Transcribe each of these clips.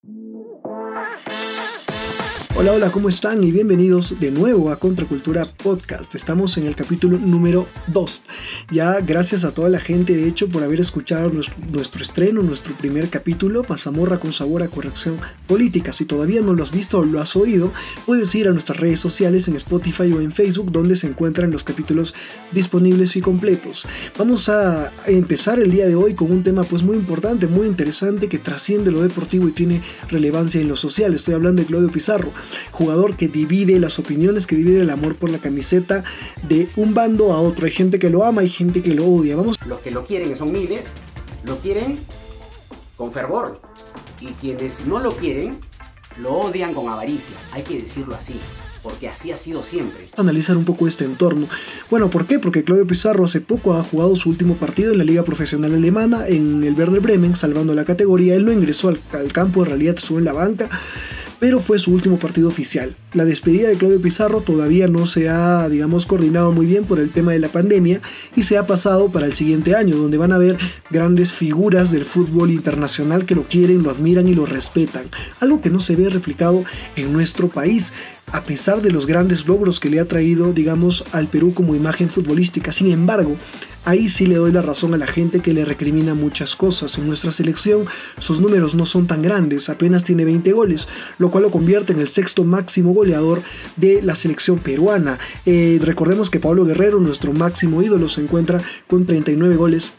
Hola, hola, ¿cómo están? Y bienvenidos de nuevo a Contracultura Podcast. Estamos en el capítulo número 2. Ya gracias a toda la gente, de hecho, por haber escuchado nuestro estreno, nuestro primer capítulo, Mazamorra con sabor a corrección política. Si todavía no lo has visto o lo has oído, puedes ir a nuestras redes sociales en Spotify o en Facebook, donde se encuentran los capítulos disponibles y completos. Vamos a empezar el día de hoy con un tema pues muy importante, muy interesante, que trasciende lo deportivo y tiene relevancia en lo social. Estoy hablando de Claudio Pizarro, jugador que divide las opiniones, que divide el amor por la camiseta de un bando a otro. Hay gente que lo ama, hay gente que lo odia. Los que lo quieren, que son miles, lo quieren con fervor, y quienes no lo quieren, lo odian con avaricia. Hay que decirlo así, porque así ha sido siempre. Analizar un poco este entorno. Bueno, ¿por qué? Porque Claudio Pizarro hace poco ha jugado su último partido en la Liga Profesional Alemana, en el Werder Bremen, salvando la categoría. Él no ingresó al campo, en realidad estuvo en la banca, pero fue su último partido oficial. La despedida de Claudio Pizarro todavía no se ha, coordinado muy bien por el tema de la pandemia, y se ha pasado para el siguiente año, donde van a haber grandes figuras del fútbol internacional que lo quieren, lo admiran y lo respetan. Algo que no se ve replicado en nuestro país, a pesar de los grandes logros que le ha traído, al Perú como imagen futbolística. Sin embargo, ahí sí le doy la razón a la gente que le recrimina muchas cosas. En nuestra selección sus números no son tan grandes, apenas tiene 20 goles, lo cual lo convierte en el sexto máximo goleador de la selección peruana. Recordemos que Pablo Guerrero, nuestro máximo ídolo, se encuentra con 39 goles.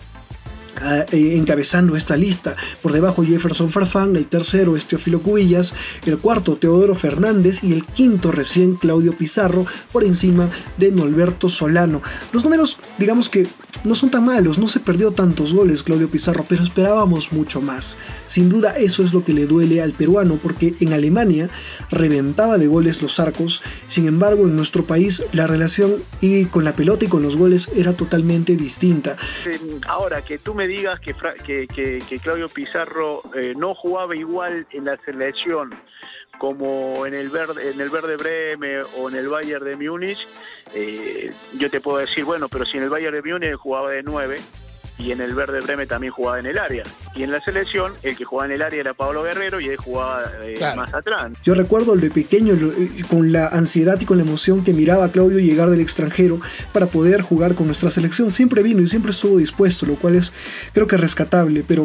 Encabezando esta lista. Por debajo Jefferson Farfán, el tercero es Teófilo Cubillas, el cuarto Teodoro Fernández y el quinto recién Claudio Pizarro, por encima de Norberto Solano. Los números que no son tan malos, no se perdió tantos goles Claudio Pizarro, pero esperábamos mucho más. Sin duda eso es lo que le duele al peruano, porque en Alemania reventaba de goles los arcos. Sin embargo, en nuestro país la relación con la pelota y con los goles era totalmente distinta. Ahora que tú me digas que Claudio Pizarro no jugaba igual en la selección como en el Werder Bremen o en el Bayern de Múnich, yo te puedo decir, bueno, pero si en el Bayern de Múnich jugaba de 9 y en el Werder Bremen también jugaba en el área, y en la selección el que jugaba en el área era Pablo Guerrero y él jugaba más atrás. Yo recuerdo de pequeño con la ansiedad y con la emoción que miraba a Claudio llegar del extranjero para poder jugar con nuestra selección. Siempre vino y siempre estuvo dispuesto, lo cual es, creo que, rescatable, pero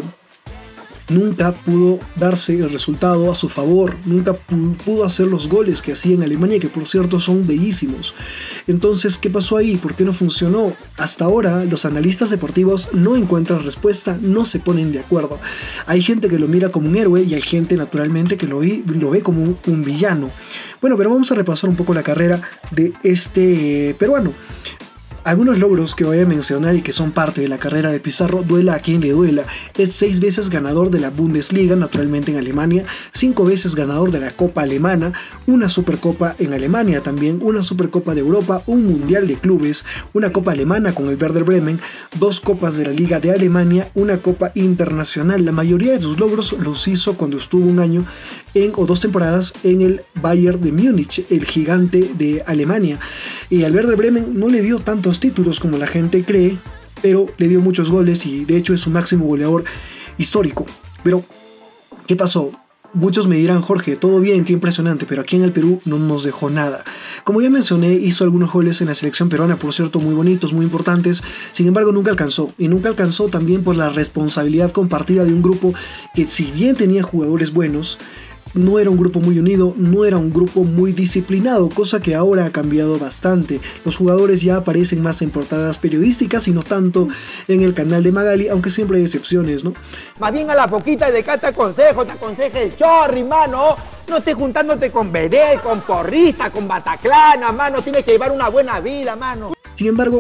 nunca pudo darse el resultado a su favor, nunca pudo hacer los goles que hacía en Alemania, que por cierto son bellísimos. Entonces, ¿qué pasó ahí? ¿Por qué no funcionó? Hasta ahora los analistas deportivos no encuentran respuesta, no se ponen de acuerdo. Hay gente que lo mira como un héroe y hay gente naturalmente que lo ve como un villano. Bueno, pero vamos a repasar un poco la carrera de este peruano. Algunos logros que voy a mencionar y que son parte de la carrera de Pizarro, duela a quien le duela. Es 6 veces ganador de la Bundesliga, naturalmente en Alemania, 5 veces ganador de la Copa Alemana, una Supercopa en Alemania también, una Supercopa de Europa, un Mundial de Clubes, una Copa Alemana con el Werder Bremen, 2 Copas de la Liga de Alemania, una Copa Internacional. La mayoría de sus logros los hizo cuando estuvo un año o 2 temporadas en el Bayern de Múnich, el gigante de Alemania. Y al Werder Bremen no le dio tantos títulos como la gente cree, pero le dio muchos goles y de hecho es su máximo goleador histórico. Pero, ¿qué pasó? Muchos me dirán, Jorge, todo bien, qué impresionante, pero aquí en el Perú no nos dejó nada. Como ya mencioné, hizo algunos goles en la selección peruana, por cierto, muy bonitos, muy importantes. Sin embargo, nunca alcanzó. Y nunca alcanzó también por la responsabilidad compartida de un grupo que, si bien tenía jugadores buenos, no era un grupo muy unido, no era un grupo muy disciplinado, cosa que ahora ha cambiado bastante. Los jugadores ya aparecen más en portadas periodísticas y no tanto en el canal de Magali, aunque siempre hay excepciones, ¿no? Más bien a la poquita de acá te aconseja el chorri, mano. No estés juntándote con vedette, con porrista, con bataclana, mano. Tienes que llevar una buena vida, mano. Sin embargo,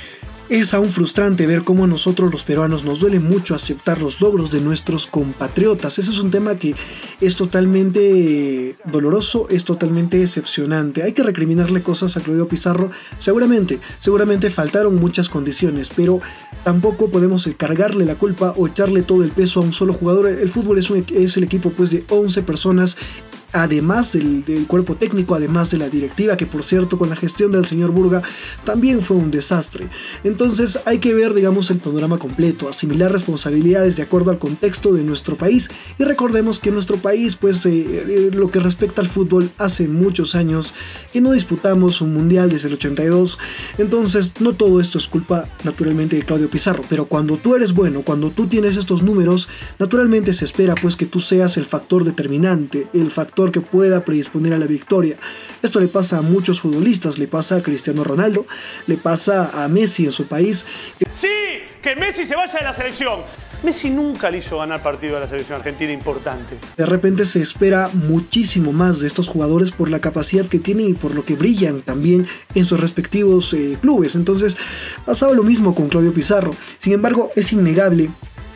es aún frustrante ver cómo a nosotros los peruanos nos duele mucho aceptar los logros de nuestros compatriotas. Ese es un tema que es totalmente doloroso, es totalmente decepcionante. Hay que recriminarle cosas a Claudio Pizarro. Seguramente faltaron muchas condiciones, pero tampoco podemos cargarle la culpa o echarle todo el peso a un solo jugador. El fútbol es el equipo pues de 11 personas además del cuerpo técnico, además de la directiva, que por cierto con la gestión del señor Burga también fue un desastre. Entonces hay que ver, digamos, el panorama completo, asimilar responsabilidades de acuerdo al contexto de nuestro país, y recordemos que en nuestro país, pues lo que respecta al fútbol, hace muchos años que no disputamos un mundial desde el 82, entonces no todo esto es culpa naturalmente de Claudio Pizarro, pero cuando tú eres bueno, cuando tú tienes estos números, naturalmente se espera pues que tú seas el factor determinante, el factor que pueda predisponer a la victoria. Esto le pasa a muchos futbolistas, le pasa a Cristiano Ronaldo, le pasa a Messi en su país. Sí, que Messi se vaya de la selección. Messi nunca le hizo ganar partido a la selección argentina importante. De repente se espera muchísimo más de estos jugadores por la capacidad que tienen y por lo que brillan también en sus respectivos clubes. Entonces pasaba lo mismo con Claudio Pizarro. Sin embargo, es innegable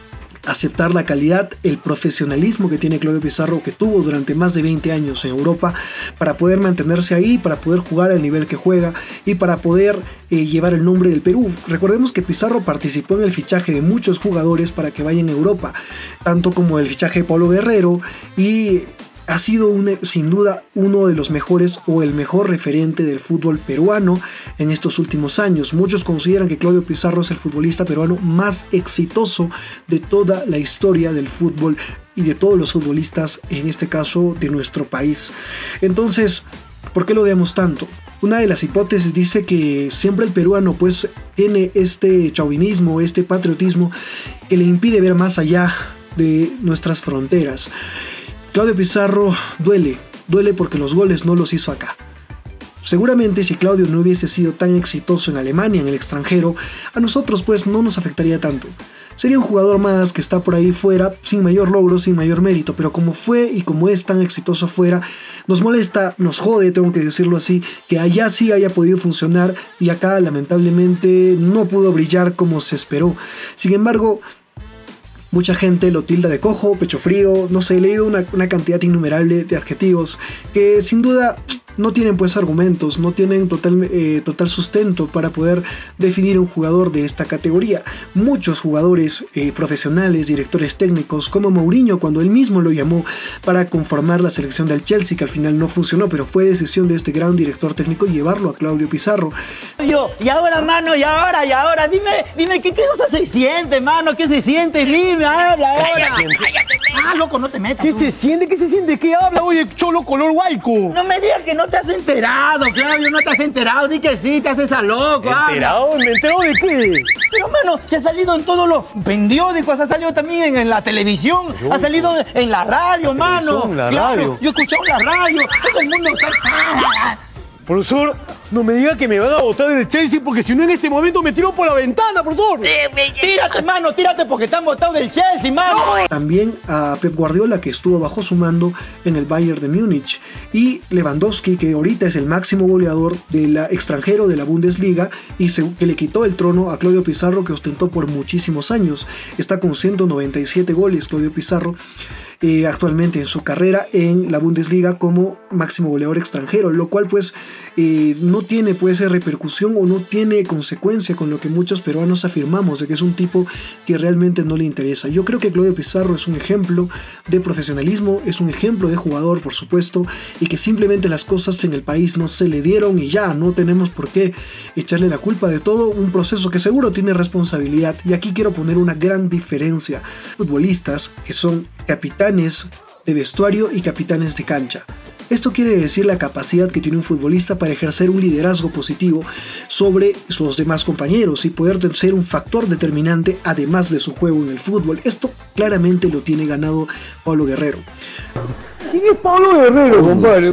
aceptar la calidad, el profesionalismo que tiene Claudio Pizarro, que tuvo durante más de 20 años en Europa, para poder mantenerse ahí, para poder jugar al nivel que juega y para poder llevar el nombre del Perú. Recordemos que Pizarro participó en el fichaje de muchos jugadores para que vayan a Europa, tanto como el fichaje de Paulo Guerrero, y ha sido sin duda uno de los mejores o el mejor referente del fútbol peruano en estos últimos años. Muchos consideran que Claudio Pizarro es el futbolista peruano más exitoso de toda la historia del fútbol y de todos los futbolistas, en este caso de nuestro país. Entonces, ¿por qué lo odiamos tanto? Una de las hipótesis dice que siempre el peruano pues tiene este chauvinismo, este patriotismo que le impide ver más allá de nuestras fronteras. Claudio Pizarro duele porque los goles no los hizo acá. Seguramente si Claudio no hubiese sido tan exitoso en Alemania, en el extranjero, a nosotros pues no nos afectaría tanto. Sería un jugador más que está por ahí fuera, sin mayor logro, sin mayor mérito, pero como fue y como es tan exitoso fuera, nos molesta, nos jode, tengo que decirlo así, que allá sí haya podido funcionar y acá lamentablemente no pudo brillar como se esperó. Sin embargo, mucha gente lo tilda de cojo, pecho frío, no sé, he leído una cantidad innumerable de adjetivos que sin duda no tienen pues argumentos, no tienen total sustento para poder definir un jugador de esta categoría. Muchos jugadores profesionales, directores técnicos, como Mourinho, cuando él mismo lo llamó para conformar la selección del Chelsea, que al final no funcionó, pero fue decisión de este gran director técnico llevarlo a Claudio Pizarro. Y ahora, mano, y ahora, dime, ¿qué cosa se siente, mano? ¿Qué se siente? Dime, habla ahora. Ah, loco, no te metas. ¿Qué se siente? ¿Qué se siente? ¿Qué habla? Oye, cholo color huayco. No me digas que no te has enterado, Claudio, no te has enterado. Di que sí, te haces a loco. ¿Enterado? ¿Me entero de qué? Pero, mano, se ha salido en todos los periódicos, ha salido también en la televisión, ha salido en la radio, mano. En la claro, radio. yo he escuchado en la radio, todo el mundo está... Profesor, no me diga que me van a botar del Chelsea porque si no en este momento me tiro por la ventana, profesor. Tírate, mano, tírate porque están botados del Chelsea, mano. También a Pep Guardiola, que estuvo bajo su mando en el Bayern de Múnich, y Lewandowski, que ahorita es el máximo goleador del extranjero de la Bundesliga y que le quitó el trono a Claudio Pizarro, que ostentó por muchísimos años. Está con 197 goles Claudio Pizarro actualmente en su carrera en la Bundesliga como máximo goleador extranjero, lo cual pues no tiene pues repercusión o no tiene consecuencia con lo que muchos peruanos afirmamos de que es un tipo que realmente no le interesa. Yo creo que Claudio Pizarro es un ejemplo de profesionalismo, es un ejemplo de jugador, por supuesto, y que simplemente las cosas en el país no se le dieron y ya no tenemos por qué echarle la culpa de todo un proceso que seguro tiene responsabilidad. Y aquí quiero poner una gran diferencia: futbolistas que son capitanes de vestuario y capitanes de cancha. Esto quiere decir la capacidad que tiene un futbolista para ejercer un liderazgo positivo sobre los demás compañeros y poder ser un factor determinante además de su juego en el fútbol. Esto claramente lo tiene ganado Paulo Guerrero. ¿Quién es Pablo Guerrero, compadre?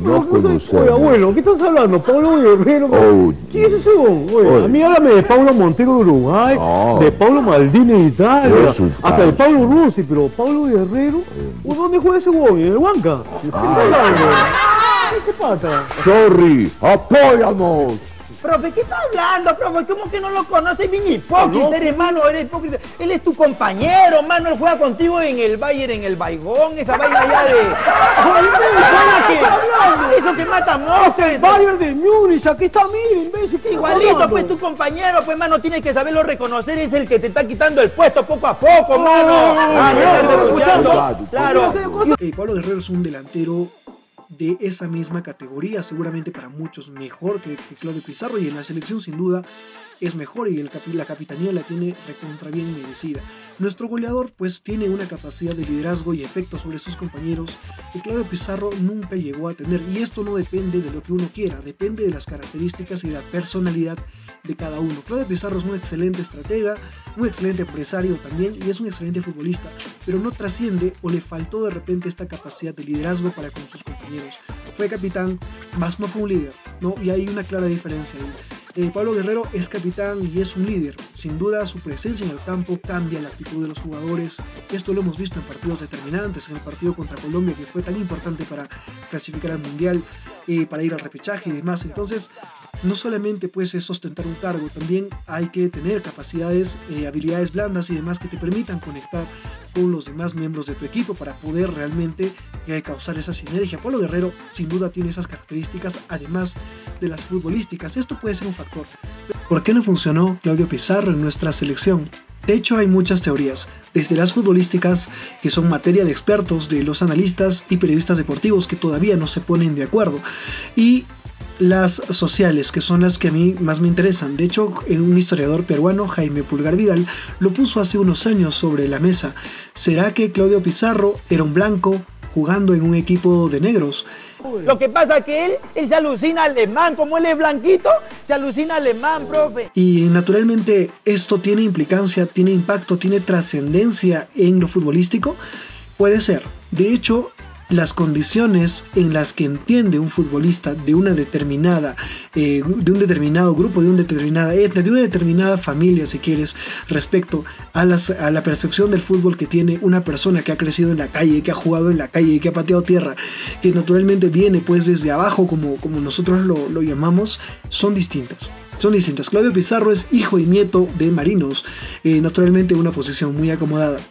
Oye, abuelo, ¿qué estás hablando? Pablo Guerrero. ¿Quién es ese hombre? Oye, a mí háblame de Paulo Montero de Uruguay, de Paulo Maldini de Italia, hasta de Pablo Rossi, pero Pablo Guerrero, ¿dónde juega ese güey? ¿En el Huanca? ¿Qué estás hablando? ¿Qué pasa? Sorry, apóyanos. Profe, ¿qué estás hablando, profe? ¿Cómo que no lo conoces? Bien hipócrita, no, eres, mano, eres hipócrita. Él es tu compañero, mano, él juega contigo en el Bayern, en el Baigón, esa vaina allá de... Eso que mata moscas. El Bayern de Múnich, aquí está, miren, imbécil. Igualito, pues tu compañero, pues, mano, tienes que saberlo reconocer, es el que te está quitando el puesto poco a poco, mano. Claro. Pablo Guerrero es un delantero de esa misma categoría, seguramente para muchos mejor que Claudio Pizarro, y en la selección sin duda es mejor, y la capitanía la tiene recontra bien merecida. Nuestro goleador pues tiene una capacidad de liderazgo y efecto sobre sus compañeros que Claudio Pizarro nunca llegó a tener, y esto no depende de lo que uno quiera, depende de las características y de la personalidad de cada uno. Claudio Pizarro es un excelente estratega, un excelente empresario también, y es un excelente futbolista, pero no trasciende, o le faltó de repente esta capacidad de liderazgo para con sus compañeros. Fue capitán, más no fue un líder, ¿no? Y hay una clara diferencia ahí. Pablo Guerrero es capitán y es un líder. Sin duda su presencia en el campo cambia la actitud de los jugadores. Esto lo hemos visto en partidos determinantes, en el partido contra Colombia, que fue tan importante para clasificar al Mundial, para ir al repechaje y demás. Entonces, no solamente pues es ostentar un cargo, también hay que tener capacidades, habilidades blandas y demás que te permitan conectar con los demás miembros de tu equipo para poder realmente causar esa sinergia. Pablo Guerrero sin duda tiene esas características, además de las futbolísticas. Esto puede ser un factor. ¿Por qué no funcionó Claudio Pizarro en nuestra selección? De hecho, hay muchas teorías, desde las futbolísticas, que son materia de expertos, de los analistas y periodistas deportivos que todavía no se ponen de acuerdo, y las sociales, que son las que a mí más me interesan. De hecho, un historiador peruano, Jaime Pulgar Vidal, lo puso hace unos años sobre la mesa. ¿Será que Claudio Pizarro era un blanco jugando en un equipo de negros? Lo que pasa es que él se alucina alemán, como él es blanquito, se alucina alemán, profe. Y naturalmente esto tiene implicancia, tiene impacto, tiene trascendencia en lo futbolístico. Puede ser. De hecho, las condiciones en las que entiende un futbolista de una determinada, de un determinado grupo, de una determinada etnia, de una determinada familia, si quieres, respecto a la percepción del fútbol que tiene una persona que ha crecido en la calle, que ha jugado en la calle, que ha pateado tierra, que naturalmente viene pues desde abajo, como nosotros lo llamamos, son distintas. Son distintas. Claudio Pizarro es hijo y nieto de marinos, naturalmente una posición muy acomodada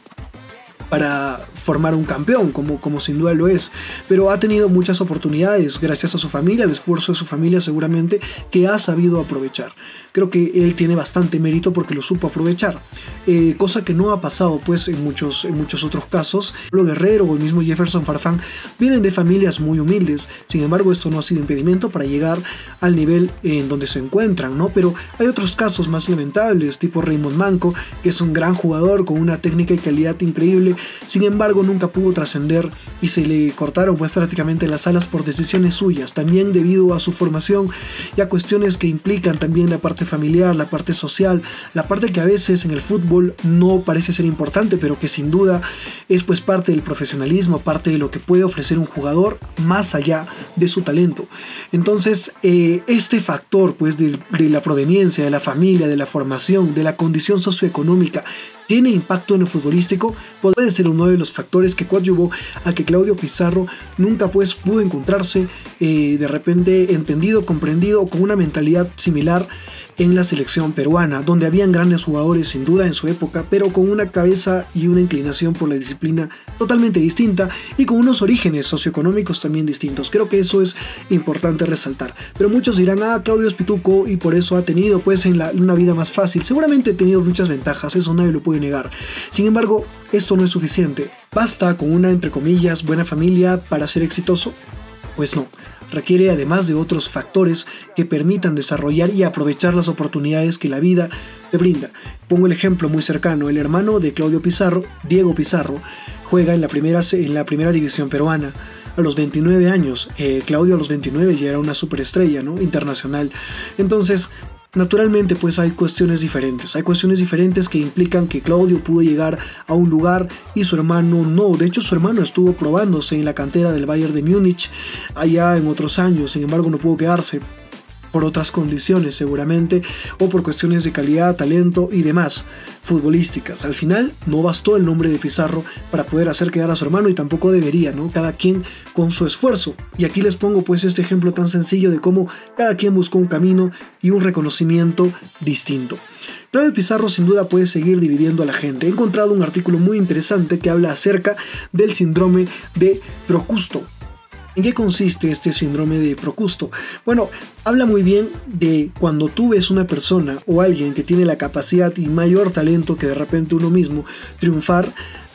para formar un campeón, como sin duda lo es, pero ha tenido muchas oportunidades gracias a su familia, al esfuerzo de su familia seguramente, que ha sabido aprovechar. Creo que él tiene bastante mérito porque lo supo aprovechar, cosa que no ha pasado pues en muchos otros casos. Pablo Guerrero o el mismo Jefferson Farfán vienen de familias muy humildes, sin embargo esto no ha sido impedimento para llegar al nivel en donde se encuentran, ¿no? Pero hay otros casos más lamentables, tipo Raymond Manco, que es un gran jugador con una técnica y calidad increíble, sin embargo nunca pudo trascender y se le cortaron pues prácticamente las alas por decisiones suyas, también debido a su formación y a cuestiones que implican también la parte familiar, la parte social, la parte que a veces en el fútbol no parece ser importante, pero que sin duda es pues parte del profesionalismo, parte de lo que puede ofrecer un jugador más allá de su talento. Entonces este factor pues de la proveniencia, de la familia, de la formación, de la condición socioeconómica, tiene impacto en lo futbolístico, puede ser uno de los factores que coadyuvó a que Claudio Pizarro nunca pues pudo encontrarse de repente entendido, comprendido o con una mentalidad similar en la selección peruana, donde habían grandes jugadores sin duda en su época, pero con una cabeza y una inclinación por la disciplina totalmente distinta y con unos orígenes socioeconómicos también distintos. Creo que eso es importante resaltar. Pero muchos dirán, Claudio es pituco y por eso ha tenido pues una vida más fácil. Seguramente ha tenido muchas ventajas, eso nadie lo puede negar. Sin embargo, esto no es suficiente. ¿Basta con una, entre comillas, buena familia para ser exitoso? Pues no. Requiere además de otros factores que permitan desarrollar y aprovechar las oportunidades que la vida te brinda. Pongo el ejemplo muy cercano. El hermano de Claudio Pizarro, Diego Pizarro, juega en la primera división peruana. A los 29 años, Claudio a los 29 ya era una superestrella, ¿no? Internacional. Entonces, naturalmente pues hay cuestiones diferentes que implican que Claudio pudo llegar a un lugar y su hermano no. De hecho, su hermano estuvo probándose en la cantera del Bayern de Múnich allá en otros años, sin embargo no pudo quedarse por otras condiciones seguramente, o por cuestiones de calidad, talento y demás futbolísticas. Al final no bastó el nombre de Pizarro para poder hacer quedar a su hermano, y tampoco debería, ¿no? Cada quien con su esfuerzo. Y aquí les pongo pues este ejemplo tan sencillo de cómo cada quien buscó un camino y un reconocimiento distinto. Claudio Pizarro sin duda puede seguir dividiendo a la gente. He encontrado un artículo muy interesante que habla acerca del síndrome de Procusto. ¿En qué consiste este síndrome de Procusto? Bueno, habla muy bien de cuando tú ves una persona o alguien que tiene la capacidad y mayor talento que de repente uno mismo triunfar,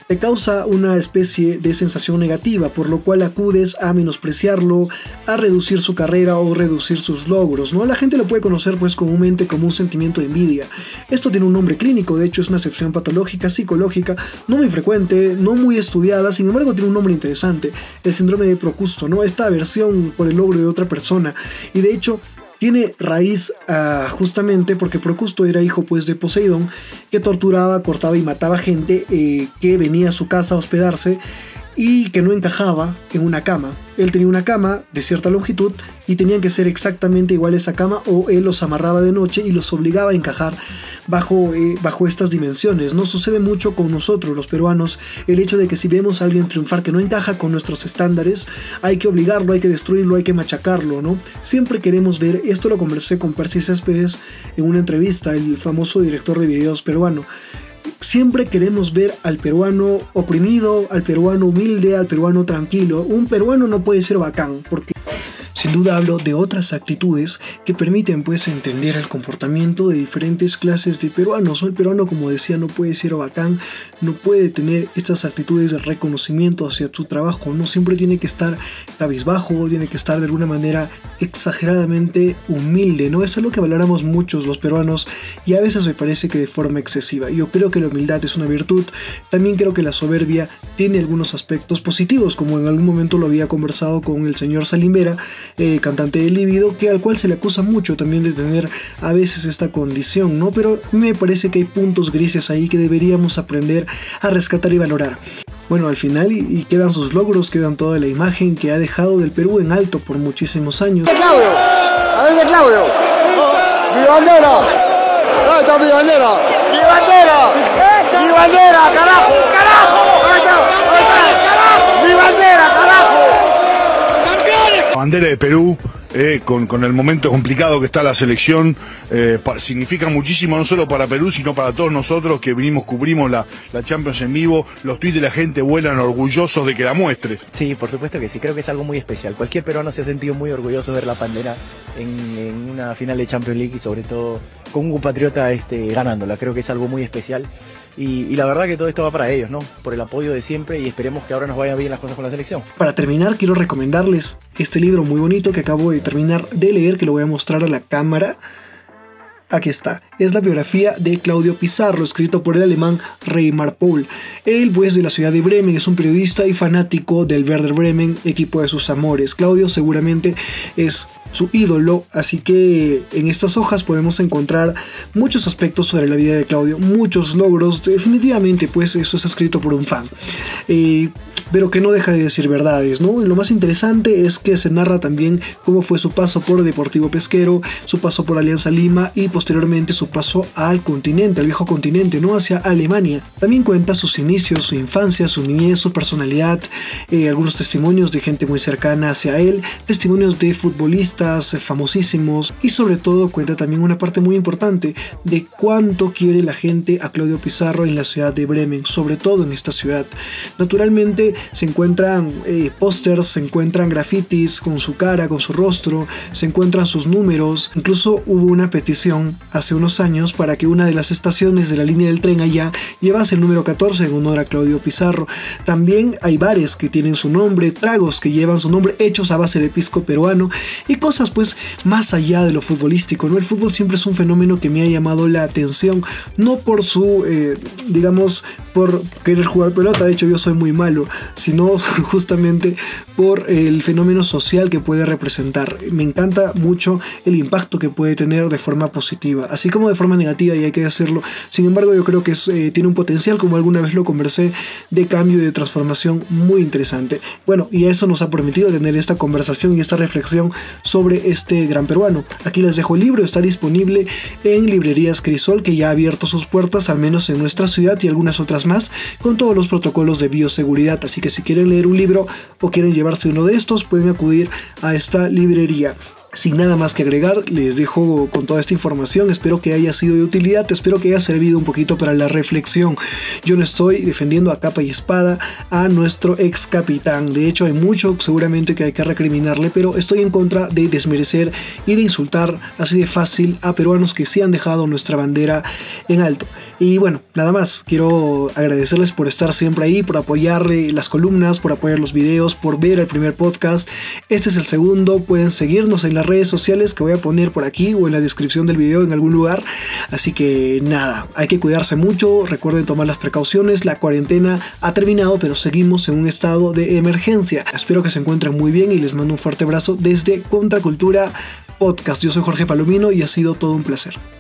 te causa una especie de sensación negativa, por lo cual acudes a menospreciarlo, a reducir su carrera o reducir sus logros, ¿no? La gente lo puede conocer pues comúnmente como un sentimiento de envidia. Esto tiene un nombre clínico, de hecho es una acepción patológica, psicológica, no muy frecuente, no muy estudiada, sin embargo tiene un nombre interesante, el síndrome de Procusto, ¿no? Esta aversión por el logro de otra persona, y de hecho tiene raíz justamente porque Procusto era hijo pues de Poseidón, que torturaba, cortaba y mataba gente que venía a su casa a hospedarse y que no encajaba en una cama. Él tenía una cama de cierta longitud y tenían que ser exactamente igual a esa cama, o él los amarraba de noche y los obligaba a encajar bajo estas dimensiones. No sucede mucho con nosotros los peruanos el hecho de que si vemos a alguien triunfar que no encaja con nuestros estándares, hay que obligarlo, hay que destruirlo, hay que machacarlo, ¿no? Siempre queremos ver, esto lo conversé con Percy Céspedes en una entrevista, el famoso director de videos peruano. Siempre queremos ver al peruano oprimido, al peruano humilde, al peruano tranquilo. Un peruano no puede ser bacán, porque sin duda hablo de otras actitudes que permiten pues entender el comportamiento de diferentes clases de peruanos. El peruano, como decía, no puede ser bacán, no puede tener estas actitudes de reconocimiento hacia tu trabajo, no siempre tiene que estar cabizbajo, tiene que estar de alguna manera exageradamente humilde, ¿no? Es algo que valoramos muchos los peruanos y a veces me parece que de forma excesiva. Yo creo que la humildad es una virtud, también creo que la soberbia tiene algunos aspectos positivos, como en algún momento lo había conversado con el señor Salim Vera, cantante de Líbido, al cual se le acusa mucho también de tener a veces esta condición, ¿no? Pero me parece que hay puntos grises ahí que deberíamos aprender a rescatar y valorar. Bueno, al final y quedan sus logros, quedan toda la imagen que ha dejado del Perú en alto por muchísimos años. ¡Claudio! ¡A ver, Claudio! ¡Mi bandera! ¡Ahí está mi bandera! ¡Mi bandera! ¡Mi bandera, carajo! ¡Carajo! ¡Ahí está! ¡Carajo! ¡Mi bandera, carajo! La bandera de Perú, con el momento complicado que está la selección, significa muchísimo no solo para Perú, sino para todos nosotros que cubrimos la Champions en vivo. Los tweets de la gente vuelan orgullosos de que la muestres. Sí, por supuesto que sí, creo que es algo muy especial. Cualquier peruano se ha sentido muy orgulloso de ver la bandera en una final de Champions League y sobre todo con un compatriota ganándola. Creo que es algo muy especial. Y la verdad que todo esto va para ellos, ¿no? Por el apoyo de siempre, y esperemos que ahora nos vayan bien las cosas con la selección. Para terminar, quiero recomendarles este libro muy bonito que acabo de terminar de leer, que lo voy a mostrar a la cámara. Aquí está, es la biografía de Claudio Pizarro, escrito por el alemán Reimar Pohl. Él, pues, de la ciudad de Bremen, es un periodista y fanático del Werder Bremen, equipo de sus amores. Claudio seguramente es su ídolo, así que en estas hojas podemos encontrar muchos aspectos sobre la vida de Claudio, muchos logros. Definitivamente, pues, eso es escrito por un fan. Pero que no deja de decir verdades, ¿no? Y lo más interesante es que se narra también cómo fue su paso por Deportivo Pesquero, su paso por Alianza Lima y posteriormente su paso al continente, al viejo continente, ¿no? Hacia Alemania. También cuenta sus inicios, su infancia, su niñez, su personalidad, algunos testimonios de gente muy cercana hacia él, testimonios de futbolistas famosísimos, y sobre todo cuenta también una parte muy importante de cuánto quiere la gente a Claudio Pizarro en la ciudad de Bremen, sobre todo en esta ciudad. Naturalmente se encuentran pósters, se encuentran grafitis con su cara, con su rostro, se encuentran sus números. Incluso hubo una petición hace unos años para que una de las estaciones de la línea del tren allá llevase el número 14 en honor a Claudio Pizarro. También hay bares que tienen su nombre, tragos que llevan su nombre, hechos a base de pisco peruano y cosas pues más allá de lo futbolístico, ¿no? El fútbol siempre es un fenómeno que me ha llamado la atención, no por su, digamos, por querer jugar pelota, de hecho yo soy muy malo, sino justamente por el fenómeno social que puede representar. Me encanta mucho el impacto que puede tener de forma positiva, así como de forma negativa, y hay que decirlo. Sin embargo, yo creo que tiene un potencial, como alguna vez lo conversé, de cambio y de transformación muy interesante. Bueno, y eso nos ha permitido tener esta conversación y esta reflexión sobre este gran peruano. Aquí les dejo el libro, está disponible en librerías Crisol, que ya ha abierto sus puertas, al menos en nuestra ciudad y algunas otras más, con todos los protocolos de bioseguridad. Así que si quieren leer un libro o quieren llevarse uno de estos, pueden acudir a esta librería. Sin nada más que agregar, les dejo con toda esta información. Espero que haya sido de utilidad, espero que haya servido un poquito para la reflexión. Yo no estoy defendiendo a capa y espada a nuestro ex capitán. De hecho, hay mucho seguramente que hay que recriminarle, pero estoy en contra de desmerecer y de insultar así de fácil a peruanos que sí han dejado nuestra bandera en alto. Y bueno, nada más, quiero agradecerles por estar siempre ahí, por apoyar las columnas, por apoyar los videos, por ver el primer podcast. Este es el segundo, pueden seguirnos en las redes sociales que voy a poner por aquí o en la descripción del video en algún lugar. Así que nada, hay que cuidarse mucho, recuerden tomar las precauciones, la cuarentena ha terminado, pero seguimos en un estado de emergencia. Espero que se encuentren muy bien y les mando un fuerte abrazo desde Contracultura Podcast. Yo soy Jorge Palomino y ha sido todo un placer.